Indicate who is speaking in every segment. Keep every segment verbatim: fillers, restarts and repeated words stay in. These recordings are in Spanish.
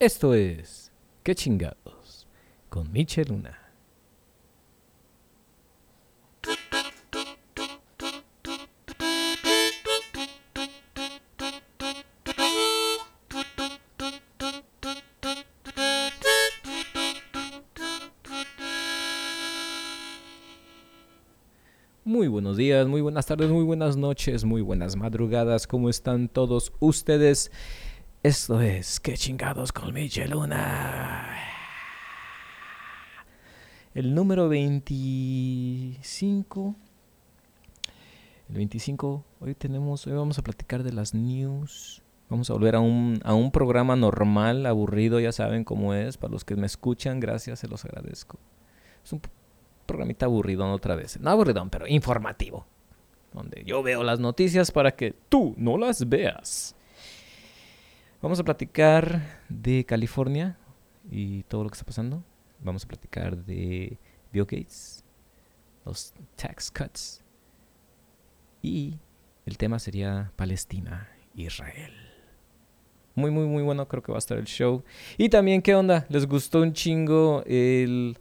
Speaker 1: Esto es ¿Qué chingados? Con Miche Luna. Muy buenos días, muy buenas tardes, muy buenas noches, muy buenas madrugadas. ¿Cómo están todos ustedes? Esto es ¿Qué chingados con Miche Luna? El número veinticinco. El veinticinco. Hoy tenemos, hoy vamos a platicar de las news. Vamos a volver a un, a un programa normal, aburrido, ya saben cómo es. Para los que me escuchan, gracias, se los agradezco. Es un programita aburridón otra vez. No aburridón, pero informativo. Donde yo veo las noticias para que tú no las veas. Vamos a platicar de California y todo lo que está pasando. Vamos a platicar de Bill Gates, los tax cuts. Y el tema sería Palestina, Israel. Muy, muy, muy bueno creo que va a estar el show. Y también, ¿qué onda? ¿Les gustó un chingo el...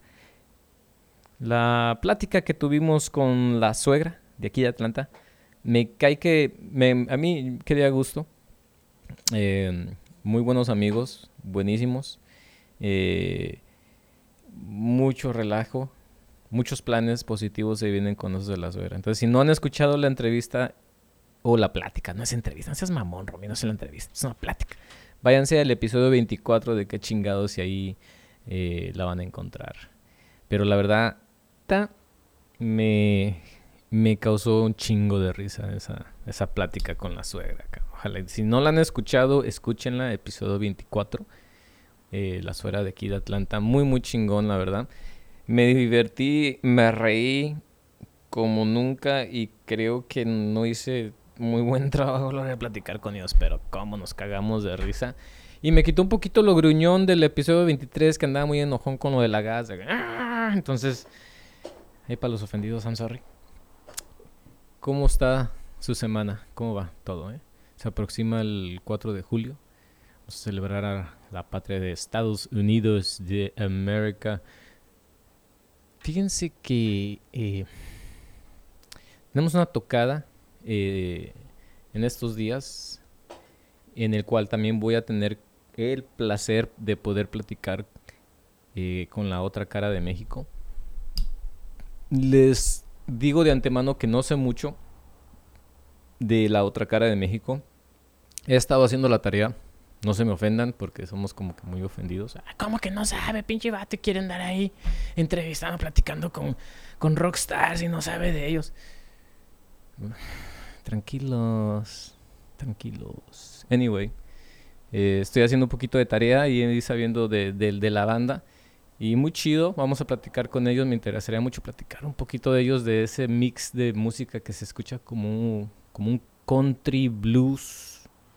Speaker 1: la plática que tuvimos con la suegra de aquí de Atlanta? Me cae que me, a mí quería gusto. Eh, muy buenos amigos, buenísimos. Eh, mucho relajo, muchos planes positivos se vienen con esos de la suegra. Entonces, si no han escuchado la entrevista o la plática, no es entrevista, no seas mamón, Romy, no es la entrevista, es una plática. Váyanse al episodio veinticuatro de Qué chingados y ahí eh, la van a encontrar. Pero la verdad, ta, me, me causó un chingo de risa esa, esa plática con la suegra. Ojalá, si no la han escuchado, escúchenla, episodio veinticuatro. Eh, la suegra de aquí de Atlanta, muy, muy chingón, la verdad. Me divertí, me reí como nunca y creo que no hice muy buen trabajo a la hora de platicar con ellos, pero cómo nos cagamos de risa. Y me quitó un poquito lo gruñón del episodio veintitrés, que andaba muy enojón con lo de la gas. De... Entonces, ahí para los ofendidos, I'm sorry. ¿Cómo está su semana? ¿Cómo va todo? Eh? Se aproxima el cuatro de julio. Vamos a celebrar a la patria de Estados Unidos de América. Fíjense que eh, tenemos una tocada eh, en estos días en el cual también voy a tener el placer de poder platicar eh, con la otra cara de México. Les digo de antemano que no sé mucho de la otra cara de México. He estado haciendo la tarea. No se me ofendan porque somos como que muy ofendidos. ¿Cómo que no sabe, pinche vato? Quiere andar ahí entrevistando, platicando con, con rockstars y no sabe de ellos. Tranquilos, tranquilos. Anyway, eh, estoy haciendo un poquito de tarea y sabiendo de, de, de la banda. Y muy chido, vamos a platicar con ellos. Me interesaría mucho platicar un poquito de ellos, de ese mix de música que se escucha como un, como un country blues.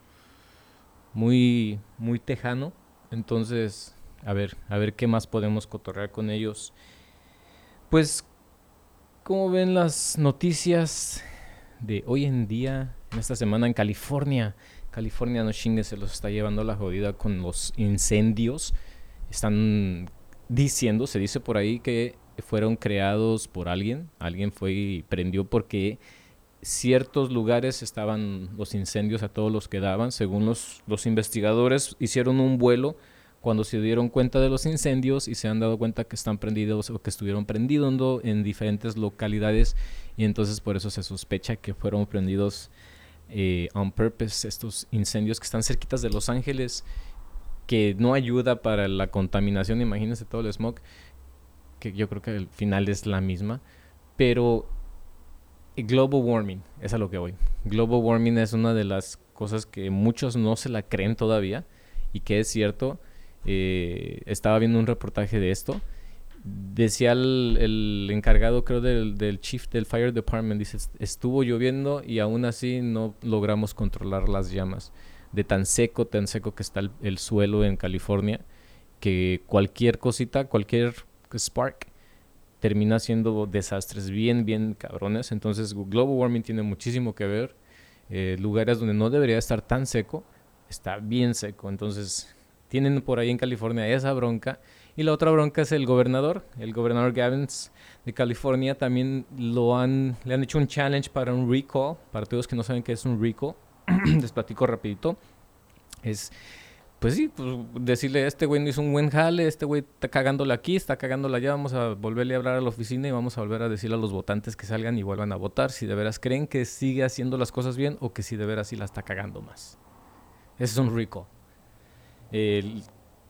Speaker 1: Muy, muy tejano. Entonces, a ver, a ver qué más podemos cotorrear con ellos. Pues, ¿cómo ven las noticias de hoy en día, en esta semana en California? California, no chingues, se los está llevando la jodida con los incendios. Están diciendo, se dice por ahí que fueron creados por alguien. Alguien fue y prendió porque ciertos lugares estaban los incendios a todos los que daban. Según los, los investigadores, hicieron un vuelo cuando se dieron cuenta de los incendios y se han dado cuenta que están prendidos o que estuvieron prendiendo en diferentes localidades, y entonces por eso se sospecha que fueron prendidos eh, on purpose estos incendios que están cerquitas de Los Ángeles, que no ayuda para la contaminación. Imagínense todo el smog, que yo creo que al final es la misma, pero global warming, es a lo que voy. Global warming es una de las cosas que muchos no se la creen todavía y que es cierto. Eh, estaba viendo un reportaje de esto. Decía el, el encargado, creo, del, del chief del fire department, dice, estuvo lloviendo y aún así no logramos controlar las llamas. De tan seco, tan seco que está el, el suelo en California, que cualquier cosita, cualquier spark termina siendo desastres bien, bien cabrones. Entonces, global warming tiene muchísimo que ver. Eh, lugares donde no debería estar tan seco, está bien seco. Entonces, tienen por ahí en California esa bronca. Y la otra bronca es el gobernador. El gobernador Gavin de California también lo han, le han hecho un challenge para un recall. Para todos que no saben qué es un recall, les platico rapidito. Es, pues sí, pues decirle, este güey no hizo un buen jale, este güey está cagándola aquí, está cagándola allá, vamos a volverle a hablar a la oficina y vamos a volver a decirle a los votantes que salgan y vuelvan a votar si de veras creen que sigue haciendo las cosas bien o que si de veras sí la está cagando más. Ese es un recall. El,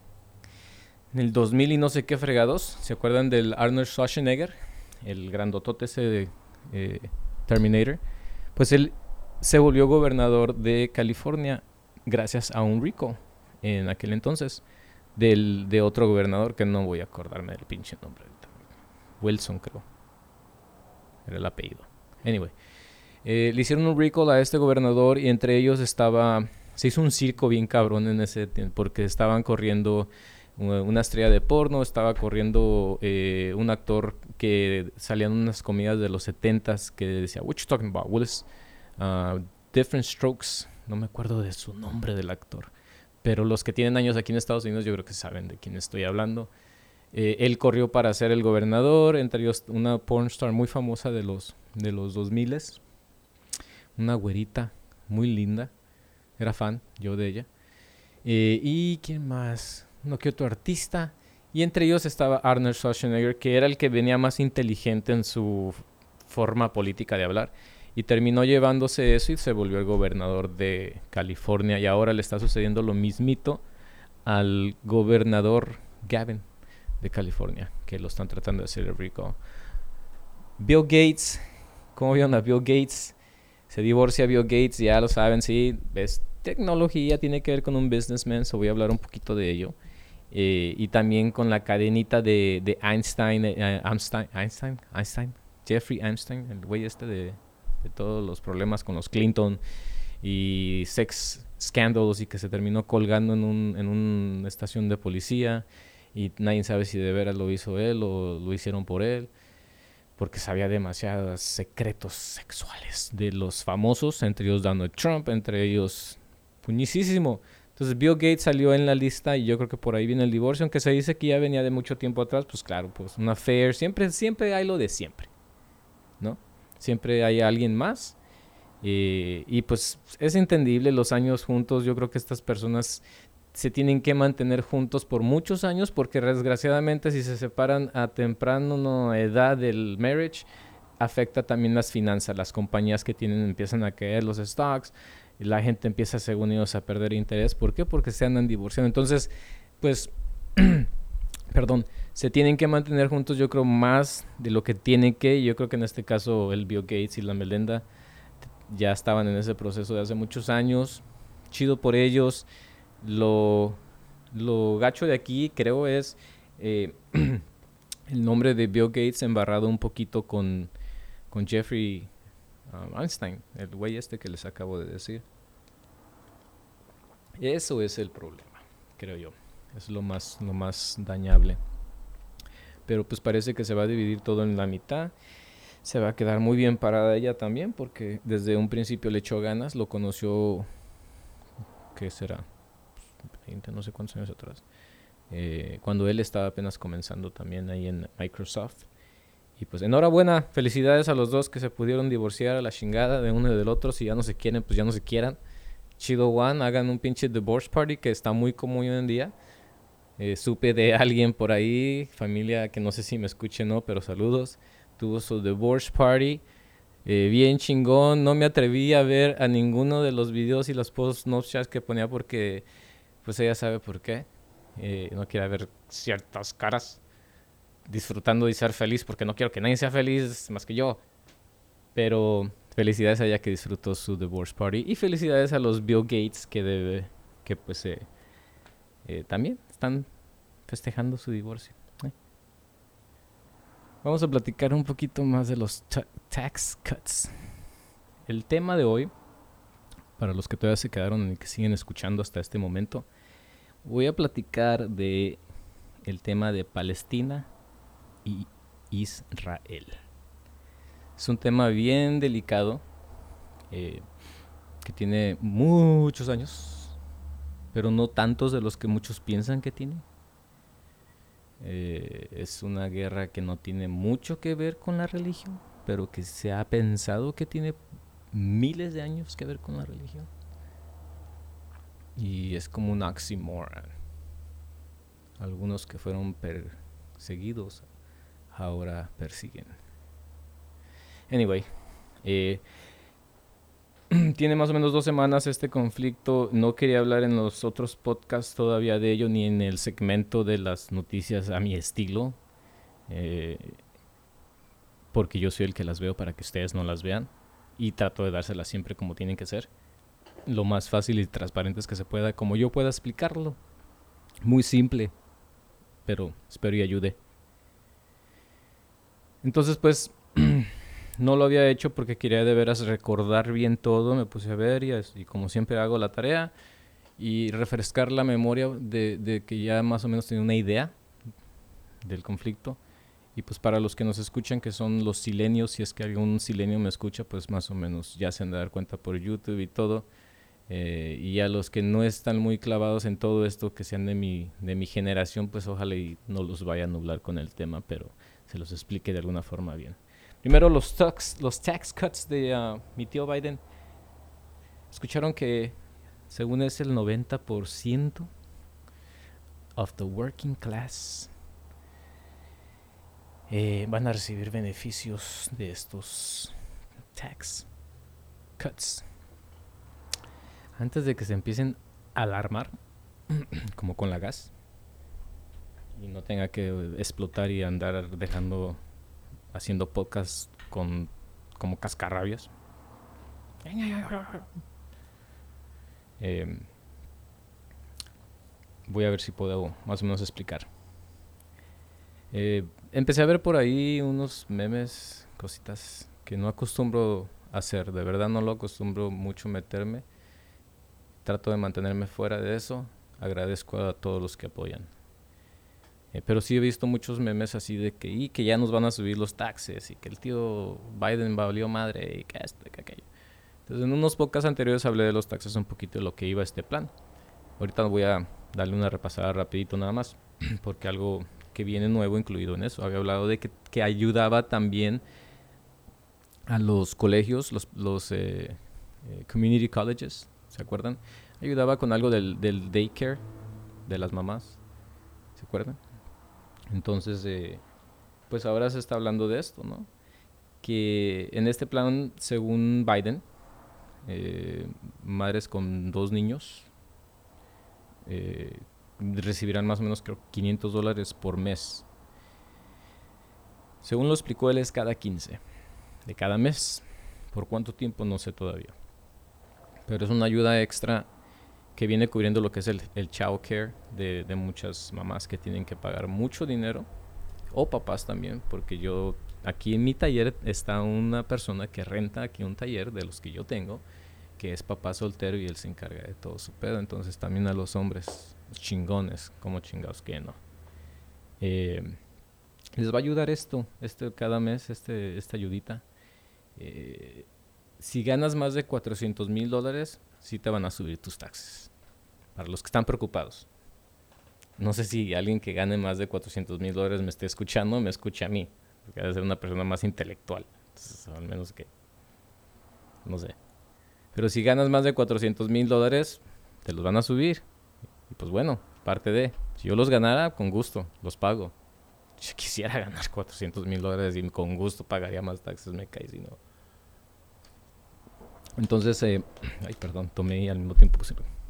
Speaker 1: en el dos mil y no sé qué fregados, ¿se acuerdan del Arnold Schwarzenegger? El grandotote ese de eh, Terminator. Pues él se volvió gobernador de California gracias a un recall en aquel entonces del, de otro gobernador que no voy a acordarme del pinche nombre. Wilson, creo. Era el apellido. Anyway. Eh, le hicieron un recall a este gobernador y entre ellos estaba... Se hizo un circo bien cabrón en ese tiempo porque estaban corriendo una estrella de porno, estaba corriendo eh, un actor que salía en unas comidas de los setentas que decía, what you talking about, Willis? Uh, Different Strokes, no me acuerdo de su nombre del actor, pero los que tienen años aquí en Estados Unidos yo creo que saben de quién estoy hablando. Eh, él corrió para ser el gobernador, entre ellos una pornstar muy famosa de los, de los dos miles, una güerita muy linda, era fan yo de ella. Eh, ¿Y quién más? No, que otro artista. Y entre ellos estaba Arnold Schwarzenegger, que era el que venía más inteligente en su forma política de hablar. Y terminó llevándose eso y se volvió el gobernador de California. Y ahora le está sucediendo lo mismito al gobernador Gavin de California, que lo están tratando de hacer el recall. Bill Gates, ¿cómo vieron a Bill Gates? Se divorcia Bill Gates, ya lo saben, sí, es tecnología, tiene que ver con un businessman, so voy a hablar un poquito de ello. Eh, y también con la cadenita de, de Einstein, eh, Einstein, Einstein, Einstein, Jeffrey Einstein, el güey este de, de todos los problemas con los Clinton y sex scandals y que se terminó colgando en, un, en una estación de policía y nadie sabe si de veras lo hizo él o lo hicieron por él, porque sabía demasiados secretos sexuales de los famosos, entre ellos Donald Trump, entre ellos puñicísimo. Entonces Bill Gates salió en la lista y yo creo que por ahí viene el divorcio, aunque se dice que ya venía de mucho tiempo atrás, pues claro, pues una affair, siempre, siempre hay lo de siempre, ¿no? Siempre hay alguien más. Eh, y pues es entendible los años juntos, yo creo que estas personas se tienen que mantener juntos por muchos años porque desgraciadamente si se separan a temprana edad del marriage afecta también las finanzas, las compañías que tienen empiezan a caer los stocks y la gente empieza según ellos a perder interés. ¿Por qué? Porque se andan divorciando. Entonces, pues, perdón, se tienen que mantener juntos yo creo más de lo que tienen que. Yo creo que en este caso el Bill Gates y la Melinda ya estaban en ese proceso de hace muchos años. Chido por ellos. Lo, lo gacho de aquí creo es eh, el nombre de Bill Gates embarrado un poquito con, con Jeffrey um, Einstein, el güey este que les acabo de decir. Eso es el problema, creo yo. Es lo más, lo más dañable. Pero pues parece que se va a dividir todo en la mitad. Se va a quedar muy bien parada ella también porque desde un principio le echó ganas. Lo conoció, ¿qué será? veinte, no sé cuántos años atrás, eh, cuando él estaba apenas comenzando también ahí en Microsoft. Y pues enhorabuena, felicidades a los dos que se pudieron divorciar a la chingada de uno y del otro. Si ya no se quieren, pues ya no se quieran. Chido one, hagan un pinche divorce party que está muy común hoy en día. Eh, supe de alguien por ahí, familia que no sé si me escuche o no, pero saludos, tuvo su divorce party. Eh, bien chingón, no me atreví a ver a ninguno de los videos y los posts Snapchat que ponía porque pues ella sabe por qué. Eh, no quiere ver ciertas caras disfrutando y ser feliz porque no quiero que nadie sea feliz más que yo. Pero felicidades a ella que disfrutó su divorce party y felicidades a los Bill Gates que debe, que pues eh, eh, también están festejando su divorcio. Eh. Vamos a platicar un poquito más de los ta- tax cuts. El tema de hoy, para los que todavía se quedaron y que siguen escuchando hasta este momento, voy a platicar de el tema de Palestina y Israel. Es un tema bien delicado, eh, que tiene muchos años, pero no tantos de los que muchos piensan que tiene. Eh, es una guerra que no tiene mucho que ver con la religión, pero que se ha pensado que tiene miles de años que ver con la religión. Y es como un oxímoron. Algunos que fueron perseguidos ahora persiguen. Anyway, eh, tiene más o menos dos semanas este conflicto. No quería hablar en los otros podcasts todavía de ello, ni en el segmento de las noticias a mi estilo, eh, porque yo soy el que las veo para que ustedes no las vean, y trato de dárselas siempre como tienen que ser, lo más fácil y transparentes que se pueda, como yo pueda explicarlo. Muy simple, pero espero y ayude. Entonces, pues, no lo había hecho porque quería de veras recordar bien todo. Me puse a ver y, y como siempre hago la tarea y refrescar la memoria de, de que ya más o menos tenía una idea del conflicto. Y pues para los que nos escuchan, que son los silenios, si es que algún silenio me escucha, pues más o menos ya se han de dar cuenta por YouTube y todo. Eh, y a los que no están muy clavados en todo esto, que sean de mi, de mi generación, pues ojalá y no los vaya a nublar con el tema, pero se los explique de alguna forma bien. Primero, los tax, los tax cuts de uh, mi tío Biden. Escucharon que, según es el noventa por ciento of the working class, eh, van a recibir beneficios de estos tax cuts. Antes de que se empiecen a alarmar, como con la gas, y no tenga que explotar y andar dejando, haciendo podcast con como cascarrabias. Eh, voy a ver si puedo más o menos explicar. Eh, empecé a ver por ahí unos memes, cositas que no acostumbro hacer. De verdad no lo acostumbro mucho meterme. Trato de mantenerme fuera de eso. Agradezco a todos los que apoyan. Eh, pero sí he visto muchos memes así de que, y que ya nos van a subir los taxes y que el tío Biden valió madre y que esto y que aquello. Entonces en unos podcasts anteriores hablé de los taxes un poquito de lo que iba este plan. Ahorita voy a darle una repasada rapidito nada más, porque algo que viene nuevo incluido en eso. Había hablado de que, que ayudaba también a los colegios, los, los eh, eh, community colleges, ¿se acuerdan? Ayudaba con algo del, del daycare de las mamás, ¿se acuerdan? Entonces, eh, pues ahora se está hablando de esto, ¿no? Que en este plan, según Biden, eh, madres con dos niños eh, recibirán más o menos creo quinientos dólares por mes. Según lo explicó él, es cada quince de cada mes. ¿Por cuánto tiempo? No sé todavía. Pero es una ayuda extra que viene cubriendo lo que es el, el child care de, de muchas mamás que tienen que pagar mucho dinero, o papás también, porque yo aquí en mi taller está una persona que renta aquí un taller de los que yo tengo, que es papá soltero y él se encarga de todo su pedo. Entonces también a los hombres chingones, como chingados que no, eh, les va a ayudar esto, este cada mes, este, esta ayudita. Eh, si ganas más de cuatrocientos mil dólares, sí te van a subir tus taxes. Para los que están preocupados. No sé si alguien que gane más de cuatrocientos mil dólares me esté escuchando, me escuche a mí. Porque debe ser una persona más intelectual. Entonces, al menos que... No sé. Pero si ganas más de cuatrocientos mil dólares, te los van a subir. Y pues bueno, parte de... Si yo los ganara, con gusto, los pago. Si quisiera ganar cuatrocientos mil dólares y con gusto pagaría más taxes, me cae si no. Entonces, eh, ay, perdón, tomé y al mismo tiempo...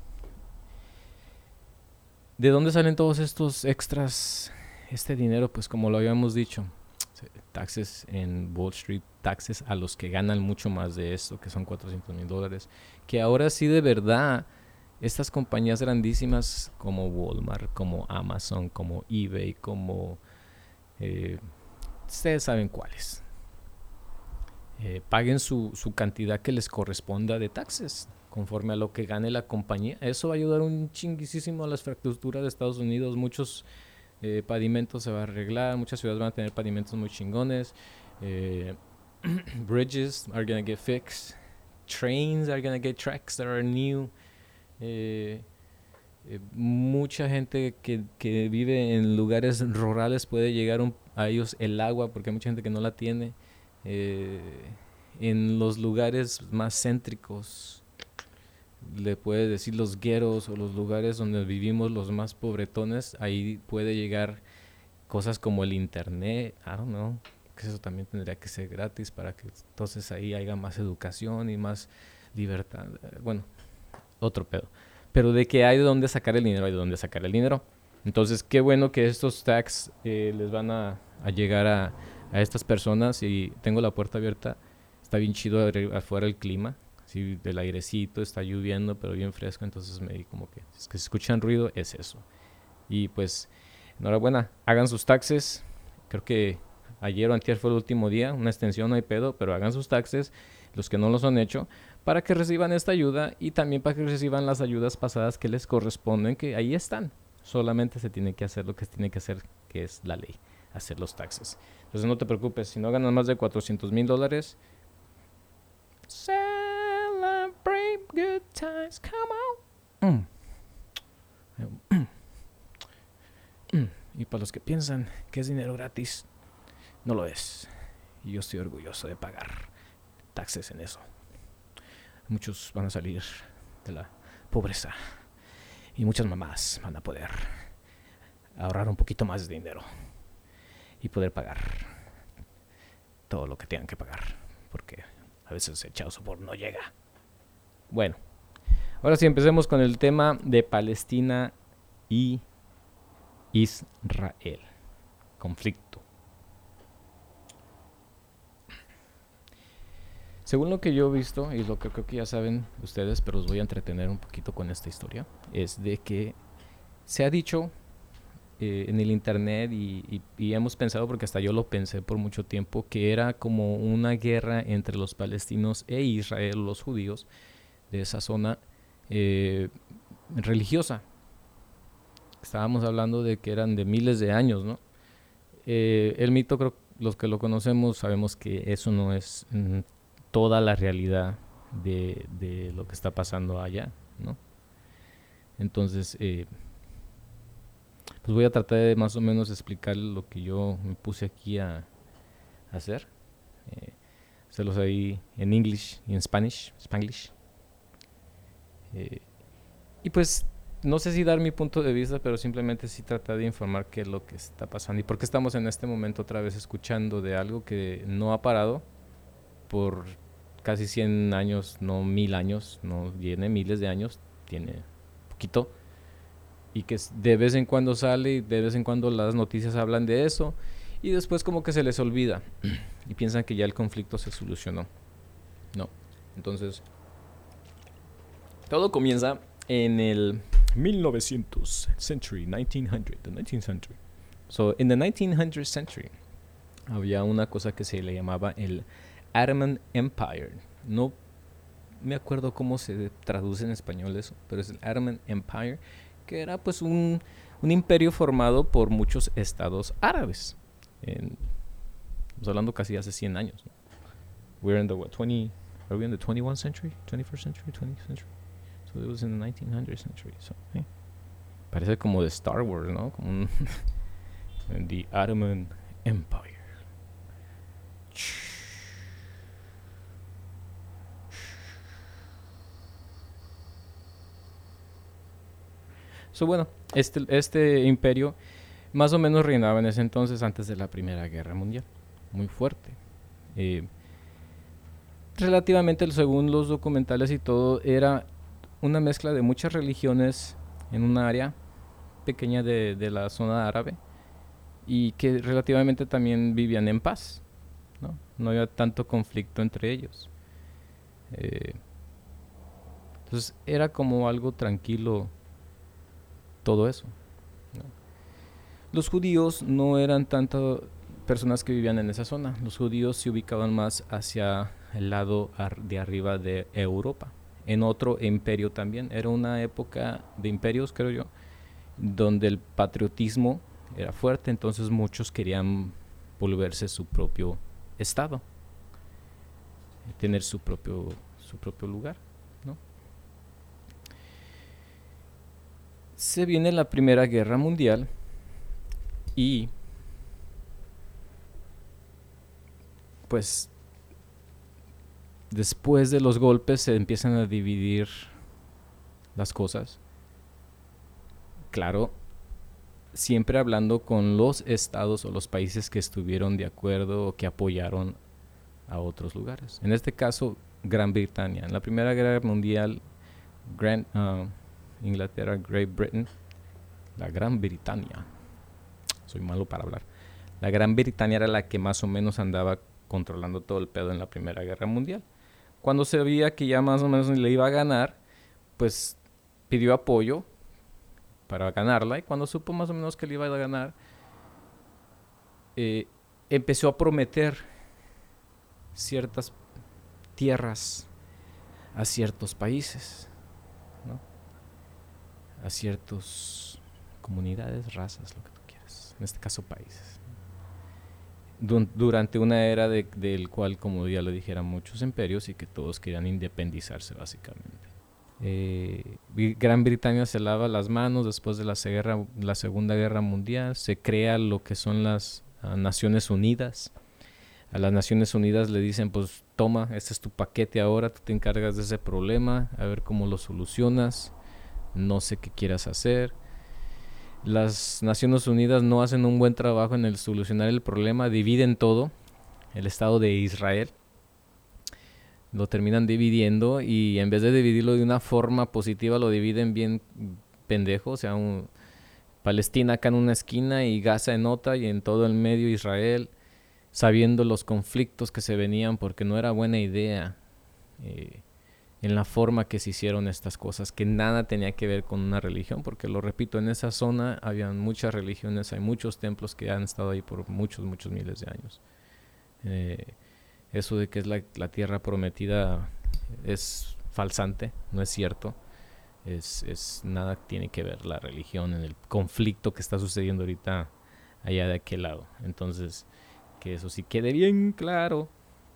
Speaker 1: ¿De dónde salen todos estos extras, este dinero? Pues como lo habíamos dicho, taxes en Wall Street, taxes a los que ganan mucho más de esto, que son cuatrocientos mil dólares. Que ahora sí de verdad, estas compañías grandísimas como Walmart, como Amazon, como eBay, como... Eh, ustedes saben cuáles. Eh, paguen su, su cantidad que les corresponda de taxes conforme a lo que gane la compañía. Eso va a ayudar un chinguísimo a las infraestructuras de Estados Unidos. Muchos eh, pavimentos se van a arreglar, muchas ciudades van a tener pavimentos muy chingones. Eh, bridges are gonna get fixed. Trains are gonna get tracks that are new. Eh, Eh, mucha gente que, que vive en lugares rurales puede llegar un- a ellos el agua porque hay mucha gente que no la tiene. Eh, en los lugares más céntricos, le puede decir los gueros o los lugares donde vivimos los más pobretones, ahí puede llegar cosas como el internet, I don't know, que eso también tendría que ser gratis para que entonces ahí haya más educación y más libertad. Eh, Bueno, otro pedo. Pero de que hay de dónde sacar el dinero, hay de dónde sacar el dinero. Entonces, qué bueno que estos tags eh, les van a, a llegar a, a estas personas y tengo la puerta abierta. Está bien chido arri- afuera el clima, así del airecito, está lloviendo, pero bien fresco. Entonces me di como que, es que si escuchan ruido, es eso. Y pues, enhorabuena, hagan sus taxes. Creo que ayer o antier fue el último día, una extensión, no hay pedo, pero hagan sus taxes, los que no los han hecho, para que reciban esta ayuda y también para que reciban las ayudas pasadas que les corresponden, que ahí están. Solamente se tiene que hacer lo que se tiene que hacer, que es la ley, hacer los taxes. Entonces no te preocupes, si no ganas más de cuatrocientos mil dólares, celebrate good times, come on. Mm. Y para los que piensan que es dinero gratis, no lo es. Y yo estoy orgulloso de pagar taxes en eso. Muchos van a salir de la pobreza y muchas mamás van a poder ahorrar un poquito más de dinero y poder pagar todo lo que tengan que pagar, porque a veces el chao sopor no llega. Bueno, ahora sí empecemos con el tema de Palestina y Israel. Conflicto. Según lo que yo he visto, y lo que creo que ya saben ustedes, pero os voy a entretener un poquito con esta historia, es de que se ha dicho eh, en el internet y, y- y hemos pensado, porque hasta yo lo pensé por mucho tiempo, que era como una guerra entre los palestinos e Israel, los judíos de esa zona eh, religiosa. Estábamos hablando de que eran de miles de años, ¿no? Eh, el mito, creo, los que lo conocemos sabemos que eso no es mm, toda la realidad de, de lo que está pasando allá, ¿no? Entonces, eh, pues voy a tratar de más o menos explicar lo que yo me puse aquí a, a hacer. Eh, Hacerlos ahí en English y en Spanish, Spanglish. Eh, y pues no sé si dar mi punto de vista, pero simplemente sí tratar de informar qué es lo que está pasando y por qué estamos en este momento otra vez escuchando de algo que no ha parado por casi cien años, no mil años, no tiene miles de años, tiene poquito, y que de vez en cuando sale y de vez en cuando las noticias hablan de eso y después como que se les olvida y piensan que ya el conflicto se solucionó. No. Entonces, todo comienza en el mil novecientos century, nineteen hundred, the nineteenth century. So, in the nineteen hundred century, había una cosa que se le llamaba el Ottoman Empire. No me acuerdo cómo se traduce en español eso, pero es el Ottoman Empire, que era pues un, un imperio formado por muchos estados árabes. En, estamos hablando casi hace cien años, ¿no? We're in the what, twenty, are we in the twenty-first century? twenty-first century, twentieth century? So it was in the nineteen hundred century. So, eh. Parece como de Star Wars, ¿no? Como un the Ottoman Empire. So, bueno, este, este imperio más o menos reinaba en ese entonces antes de la Primera Guerra Mundial. Muy fuerte. Eh, relativamente, según los documentales y todo, era una mezcla de muchas religiones en un área pequeña de, de la zona árabe y que relativamente también vivían en paz. No, no había tanto conflicto entre ellos. Eh, entonces era como algo tranquilo todo eso, ¿no? Los judíos no eran tanto personas que vivían en esa zona. Los judíos se ubicaban más hacia el lado de arriba de Europa, en otro imperio también. Era una época de imperios, creo yo, donde el patriotismo era fuerte, entonces muchos querían volverse su propio estado, tener su propio, su propio lugar, ¿no? Se viene la Primera Guerra Mundial y pues después de los golpes se empiezan a dividir las cosas. Claro, siempre hablando con los estados o los países que estuvieron de acuerdo o que apoyaron a otros lugares. En este caso, Gran Bretaña. En la Primera Guerra Mundial, Gran, uh, Inglaterra, Great Britain, la Gran Bretaña. Soy malo para hablar. La Gran Bretaña era la que más o menos andaba controlando todo el pedo en la Primera Guerra Mundial. Cuando se veía que ya más o menos le iba a ganar, pues pidió apoyo para ganarla, y cuando supo más o menos que le iba a ganar, eh, empezó a prometer ciertas tierras a ciertos países, ¿no? A ciertas comunidades, razas, lo que tú quieras, en este caso países. Du- durante una era de, del cual, como ya lo dijeron, muchos imperios y que todos querían independizarse básicamente. Eh, Gran Bretaña se lava las manos después de la, guerra, la Segunda Guerra Mundial, se crea lo que son las uh, Naciones Unidas. A las Naciones Unidas le dicen, pues toma, este es tu paquete ahora, tú te encargas de ese problema, a ver cómo lo solucionas, no sé qué quieras hacer. Las Naciones Unidas no hacen un buen trabajo en el solucionar el problema, dividen todo, el Estado de Israel lo terminan dividiendo, y en vez de dividirlo de una forma positiva lo dividen bien pendejo, o sea, un, Palestina acá en una esquina y Gaza en otra, y en todo el medio Israel, sabiendo los conflictos que se venían, porque no era buena idea eh, en la forma que se hicieron estas cosas, que nada tenía que ver con una religión, porque lo repito, en esa zona habían muchas religiones, hay muchos templos que han estado ahí por muchos, muchos miles de años. Eh, eso de que es la, la tierra prometida es falsante, no es cierto. Es, es nada tiene que ver la religión en el conflicto que está sucediendo ahorita allá de aquel lado. Entonces, que eso sí quede bien claro.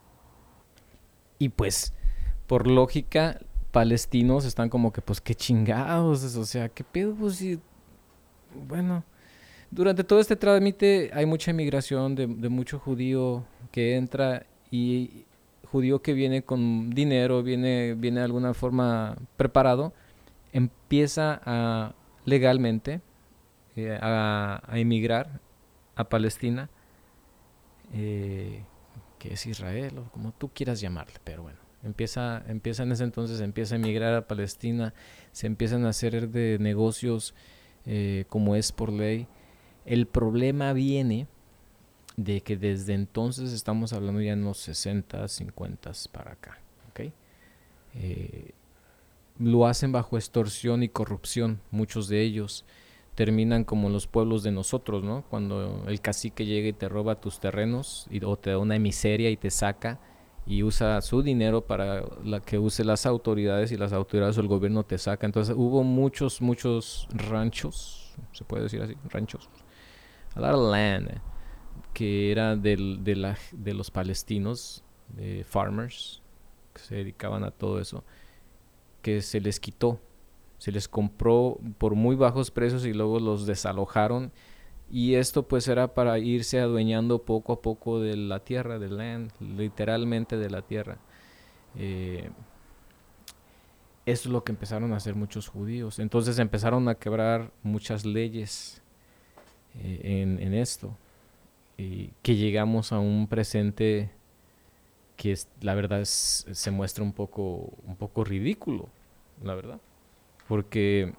Speaker 1: Y pues, por lógica, palestinos están como que, pues, qué chingados, o sea, qué pedo, pues, si, bueno, durante todo este trámite hay mucha inmigración de, de mucho judío que entra, y judío que viene con dinero, viene, viene de alguna forma preparado, empieza a legalmente eh, a, a emigrar a Palestina, eh, que es Israel o como tú quieras llamarle, pero bueno, empieza, empieza en ese entonces, empieza a emigrar a Palestina, se empiezan a hacer de negocios eh, como es por ley. El problema viene de que desde entonces, estamos hablando ya en los sesenta, cincuenta para acá, ¿ok? Eh, lo hacen bajo extorsión y corrupción, muchos de ellos terminan como los pueblos de nosotros, ¿no? Cuando el cacique llega y te roba tus terrenos, y, o te da una miseria y te saca y usa su dinero para la que use las autoridades, y las autoridades o el gobierno te saca. Entonces hubo muchos, muchos ranchos, se puede decir así, ranchos, a lot of land, eh, que era del, de, la, de los palestinos, de farmers, que se dedicaban a todo eso, que se les quitó, se les compró por muy bajos precios y luego los desalojaron, y esto pues era para irse adueñando poco a poco de la tierra, del land, literalmente de la tierra. Eh, eso es lo que empezaron a hacer muchos judíos. Entonces empezaron a quebrar muchas leyes eh, en, en esto, y que llegamos a un presente que es, la verdad es, se muestra un poco, un poco ridículo, la verdad. Porque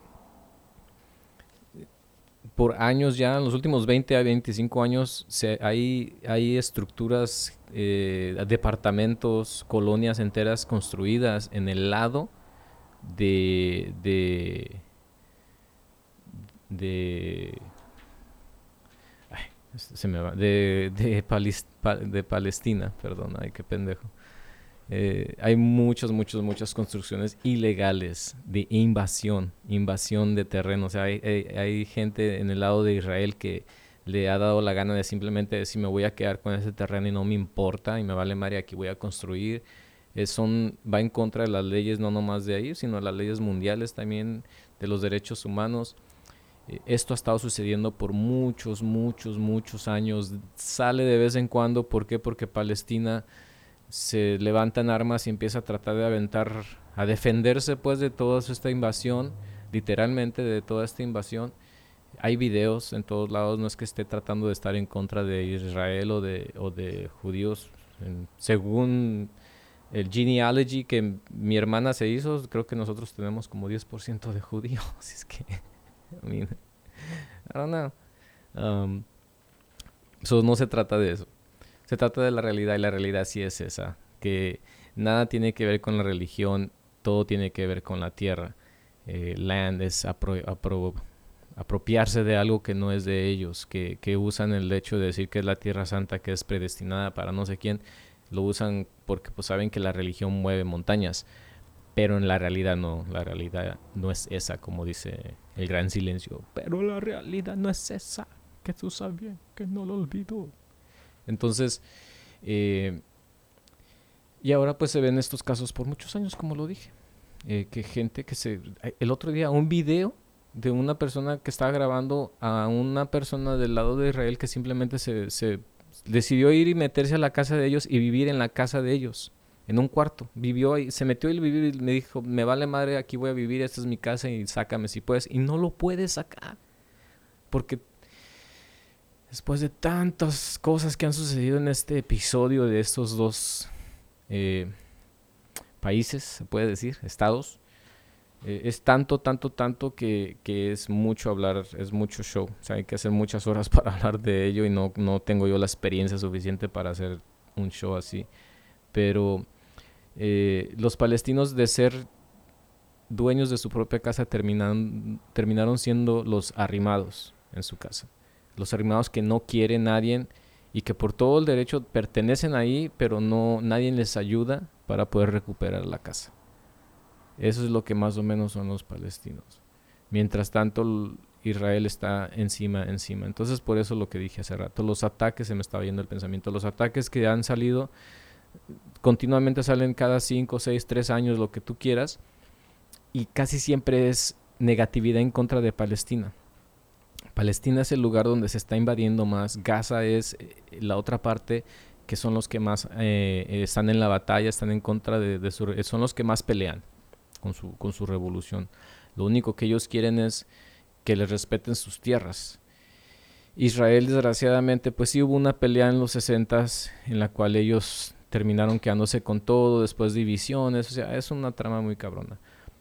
Speaker 1: por años ya, en los últimos veinte a veinticinco años, se, hay, hay estructuras, eh, departamentos, colonias enteras construidas en el lado de, de, de, ay, se me va, de, de, Palis, de Palestina, perdón, ay, qué pendejo. Eh, hay muchas, muchas, muchas construcciones ilegales de invasión, invasión de terreno. O sea, hay, hay, hay gente en el lado de Israel que le ha dado la gana de simplemente decir, me voy a quedar con ese terreno y no me importa y me vale madre, aquí voy a construir. Eh, son, va en contra de las leyes no nomás de ahí, sino las leyes mundiales también de los derechos humanos. Eh, esto ha estado sucediendo por muchos, muchos, muchos años. Sale de vez en cuando. ¿Por qué? Porque Palestina se levanta en armas y empieza a tratar de aventar, a defenderse pues de toda esta invasión, literalmente de toda esta invasión. Hay videos en todos lados, no es que esté tratando de estar en contra de Israel o de, o de judíos. En- según el genealogy que mi hermana se hizo, creo que nosotros tenemos como diez por ciento de judíos. Así es que, I mean, I don't know. Um, so no se trata de eso. Se trata de la realidad y la realidad sí es esa. Que nada tiene que ver con la religión, todo tiene que ver con la tierra. Eh, land es apro apro apropiarse de algo que no es de ellos, que, que usan el hecho de decir que es la tierra santa, que es predestinada para no sé quién, lo usan porque pues saben que la religión mueve montañas, pero en la realidad no, la realidad no es esa, como dice el gran silencio, pero la realidad no es esa, que tú sabes bien, que no lo olvido. Entonces, eh, y ahora pues se ven estos casos por muchos años, como lo dije, eh, que gente que se, el otro día un video de una persona que estaba grabando a una persona del lado de Israel que simplemente se, se decidió ir y meterse a la casa de ellos y vivir en la casa de ellos, en un cuarto. Vivió ahí, se metió y vivió y me dijo, me vale madre, aquí voy a vivir, esta es mi casa y sácame si puedes. Y no lo puedes sacar, porque después de tantas cosas que han sucedido en este episodio de estos dos eh, países, se puede decir, estados, Eh, es tanto, tanto, tanto que, que es mucho hablar, es mucho show. O sea, hay que hacer muchas horas para hablar de ello y no, no tengo yo la experiencia suficiente para hacer un show así. Pero eh, los palestinos, de ser dueños de su propia casa, terminan, terminaron siendo los arrimados en su casa. Los arrimados que no quiere nadie y que por todo el derecho pertenecen ahí, pero no, nadie les ayuda para poder recuperar la casa. Eso es lo que más o menos son los palestinos. Mientras tanto, Israel está encima, encima. Entonces, por eso lo que dije hace rato, los ataques, se me estaba yendo el pensamiento, los ataques que han salido, continuamente salen cada cinco, seis, tres años, lo que tú quieras, y casi siempre es negatividad en contra de Palestina. Palestina es el lugar donde se está invadiendo más. Gaza es la otra parte, que son los que más eh, están en la batalla, están en contra de, de su, son los que más pelean con su, con su revolución. Lo único que ellos quieren es que les respeten sus tierras. Israel, desgraciadamente, pues sí hubo una pelea en los sesentas en la cual ellos terminaron quedándose con todo, después divisiones, o sea, es una trama muy cabrona.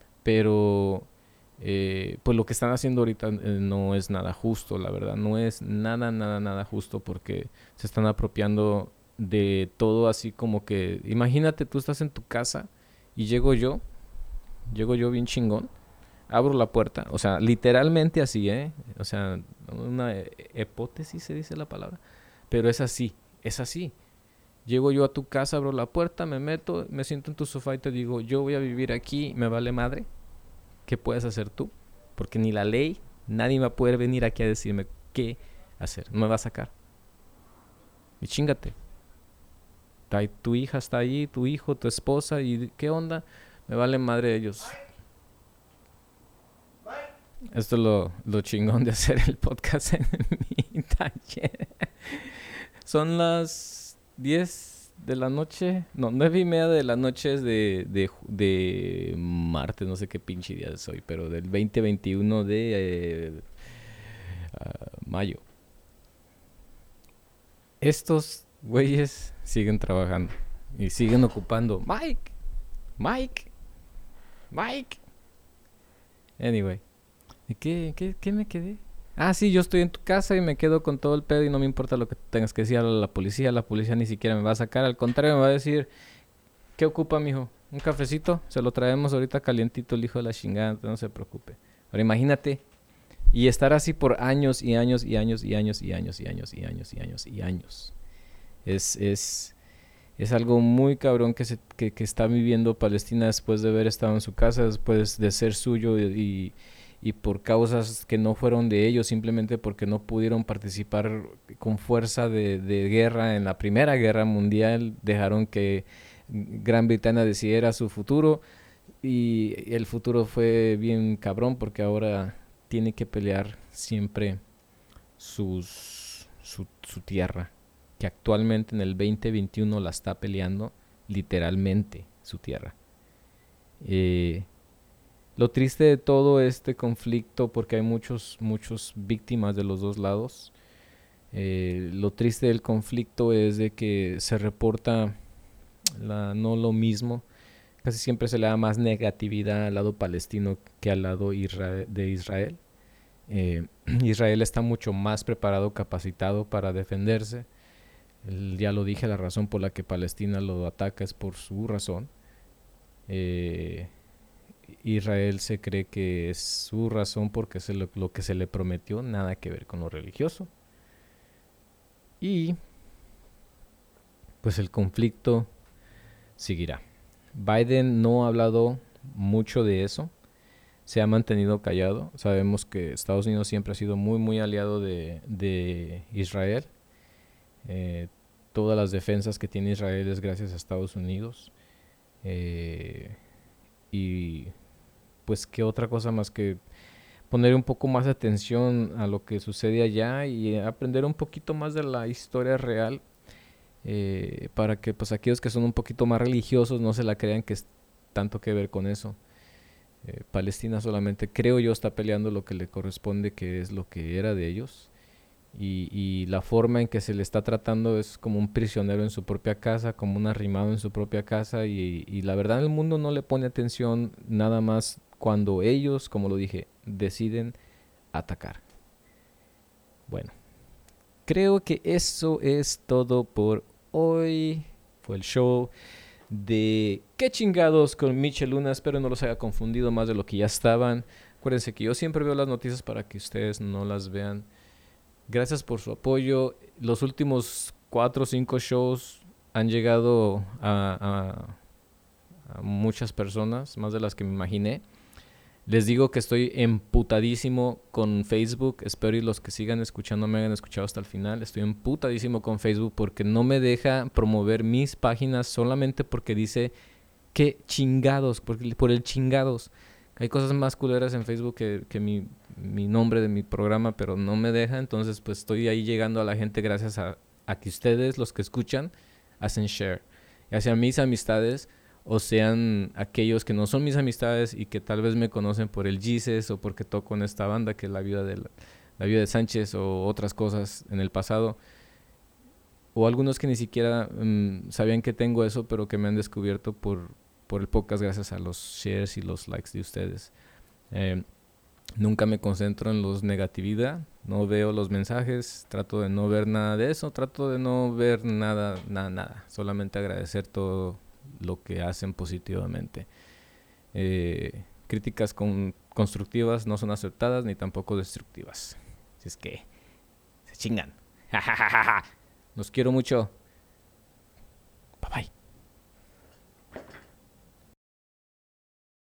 Speaker 1: Pero eh, pues lo que están haciendo ahorita eh, no es nada justo, la verdad, no es nada, nada, nada justo, porque se están apropiando de todo, así como que, imagínate, tú estás en tu casa y llego yo, llego yo bien chingón, abro la puerta, o sea, literalmente así, ¿eh? O sea, una hipótesis se dice la palabra, pero es así, es así. Llego yo a tu casa, abro la puerta, me meto, me siento en tu sofá y te digo, yo voy a vivir aquí, me vale madre. ¿Qué puedes hacer tú? Porque ni la ley, nadie va a poder venir aquí a decirme qué hacer. No me va a sacar. Y chingate. Tu hija está ahí, tu hijo, tu esposa, y ¿qué onda? Me vale madre de ellos. Esto es lo, lo chingón de hacer el podcast en mi taller. Son las diez de la noche, no, nueve y media de la noche de, de, de martes, no sé qué pinche día es hoy, pero del veinte veintiuno de eh, uh, mayo. Estos güeyes siguen trabajando y siguen ocupando. Mike, Mike, Mike. Anyway, ¿y qué, qué, qué me quedé? Ah, sí, yo estoy en tu casa y me quedo con todo el pedo y no me importa lo que tengas que decir a la policía. La policía ni siquiera me va a sacar. Al contrario, me va a decir, ¿qué ocupa, mijo? ¿Un cafecito? Se lo traemos ahorita calientito, el hijo de la chingada. No se preocupe. Pero imagínate. Y estar así por años y años y años y años y años y años y años y años y años. Es, es, es algo muy cabrón que, se, que, que está viviendo Palestina después de haber estado en su casa, después de ser suyo y... y y por causas que no fueron de ellos, simplemente porque no pudieron participar con fuerza de, de guerra en la Primera Guerra Mundial, dejaron que Gran Bretaña decidiera su futuro y el futuro fue bien cabrón porque ahora tiene que pelear siempre sus, su, su tierra, que actualmente en el veinte veintiuno la está peleando literalmente su tierra. Eh, lo triste de todo este conflicto, porque hay muchos, muchos víctimas de los dos lados, eh, lo triste del conflicto es de que se reporta la, no lo mismo. Casi siempre se le da más negatividad al lado palestino que al lado Isra- de Israel. Eh, Israel está mucho más preparado, capacitado para defenderse. El, ya lo dije, la razón por la que Palestina lo ataca es por su razón. Eh, Israel se cree que es su razón porque es lo, lo que se le prometió, nada que ver con lo religioso. Y pues el conflicto seguirá. Biden no ha hablado mucho de eso, se ha mantenido callado. Sabemos que Estados Unidos siempre ha sido muy, muy aliado de, de Israel. Eh, todas las defensas que tiene Israel es gracias a Estados Unidos. Eh, y pues qué otra cosa más que poner un poco más de atención a lo que sucede allá y aprender un poquito más de la historia real, eh, para que pues aquellos que son un poquito más religiosos no se la crean que es tanto que ver con eso. Eh, Palestina solamente, creo yo, está peleando lo que le corresponde, que es lo que era de ellos. Y, y la forma en que se le está tratando es como un prisionero en su propia casa, como un arrimado en su propia casa. Y, y la verdad el mundo no le pone atención nada más cuando ellos, como lo dije, deciden atacar. Bueno, creo que eso es todo por hoy. Fue el show de qué chingados con Michel Luna. Espero no los haya confundido más de lo que ya estaban. Acuérdense que yo siempre veo las noticias para que ustedes no las vean. Gracias por su apoyo. Los últimos cuatro o cinco shows han llegado a, a, a muchas personas, más de las que me imaginé. Les digo que estoy emputadísimo con Facebook. Espero y los que sigan escuchando me hayan escuchado hasta el final. Estoy emputadísimo con Facebook porque no me deja promover mis páginas solamente porque dice que chingados, porque, por el chingados. Hay cosas más culeras en Facebook que, que mi, mi nombre de mi programa, pero no me deja. Entonces pues estoy ahí llegando a la gente gracias a, a que ustedes, los que escuchan, hacen share. Ya sean mis amistades o sean aquellos que no son mis amistades y que tal vez me conocen por el Jesus o porque toco en esta banda que es la vida de, la, la vida de Sánchez o otras cosas en el pasado. O algunos que ni siquiera um, sabían que tengo eso, pero que me han descubierto por, por el podcast gracias a los shares y los likes de ustedes. Eh, nunca me concentro en los negatividad, no veo los mensajes, trato de no ver nada de eso, trato de no ver nada, nada, nada. Solamente agradecer todo lo que hacen positivamente. Eh, críticas con, constructivas no son aceptadas ni tampoco destructivas. Así es que se chingan. Los quiero mucho.